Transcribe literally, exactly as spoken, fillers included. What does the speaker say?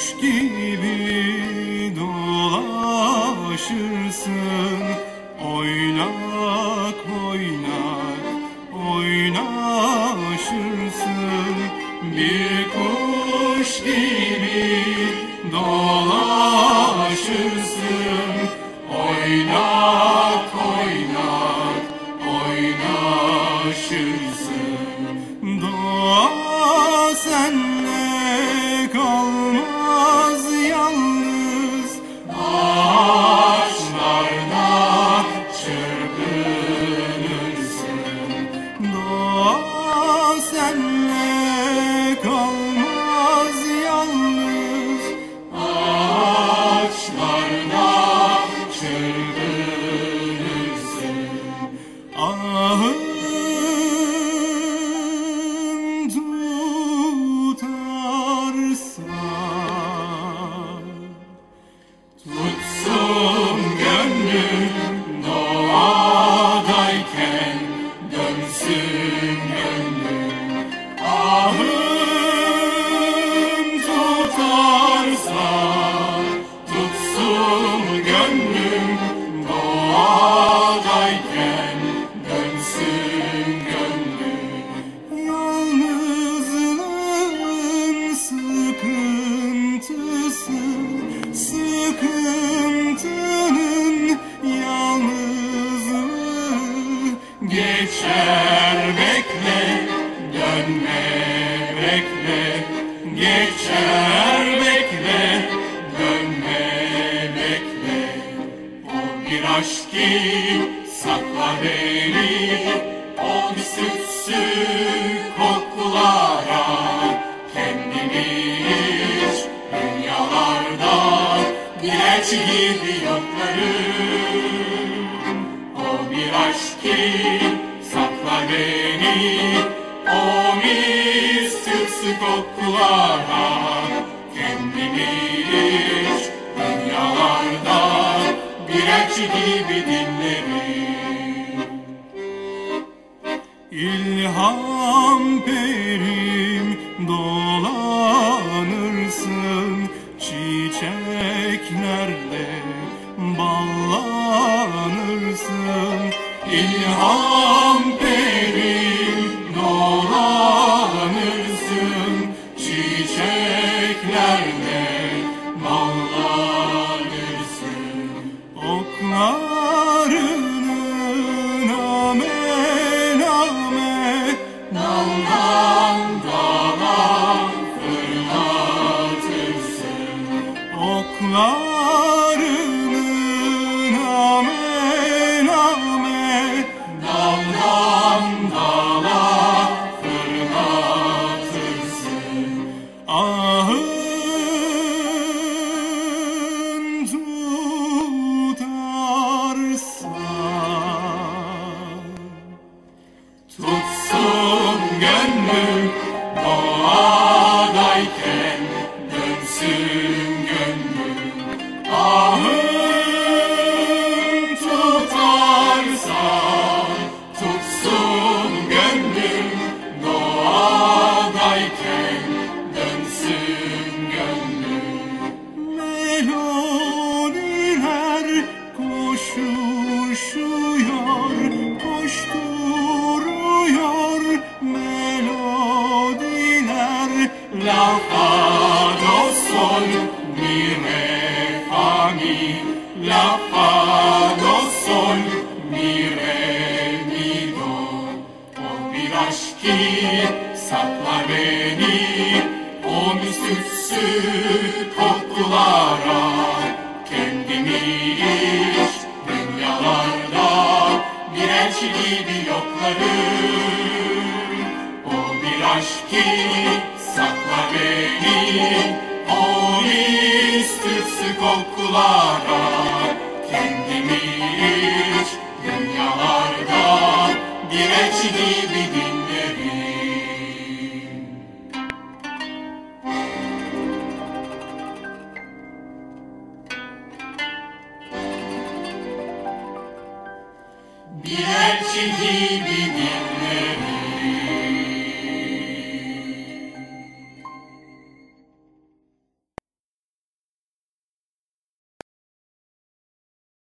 gibi dolaşırsın, oynak oynak oynaşırsın. Bir kuş gibi dolaşırsın, oynak oynak oynaşırsın. Doğa senle kalmaz yalnız, ağaçlarda çırpınırsın. Doğa senle kalmaz yalnız, ağaçlarda çırpınırsın. Ahın tutarsa tutsun gönlüm, doğadayken dönsün gönlüm. Ahım tutarsa tutsun gönlüm, doğadayken dönsün gönlüm. Yalnızlığın sıkıntısı, sıkıntının yalnızlığı geçer, bekle, dönme, bekle, geçer, bekle, dönme, bekle. O bir aşk ki sakla beni, o bir sütsü kokulara, kendini hiç dünyalarda bir elçi gibi yoklarım. O bir aşk ki sakla beni, o mis tütsü kokulara, kendimi hiç dünyalarda bir elçi gibi dinlerim. İlham perim dolanırsın, çiçeklerle ballanırsın. İlham perim dolanırsın, çiçeklerle ballanırsın. Oklarının ame name daldan dala fırlatırsın. Oklarının ame name daldan dala fırlatırsın. Ahın tutarsa tutsun gönlüm, doğadayken dönsün gönlüm. Ahın tutarsa tutsun gönlüm, doğadayken dönsün gönlüm. Melodiler koşuşuyor, koşturuyor melodiler. La fa do sol mi re fa mi, la fa do sol mi re mi do. O bir aşk ki sakla beni, o müstütsü kokulara, kendimi hiç dünyalarda bir elçi gibi yoklarım. O bir aşk ki sakla beni, o müstütsü kokulara, kendimi hiç dünyalarda bir elçi gibi dinlerim. Bir elçi gibi dinlerim.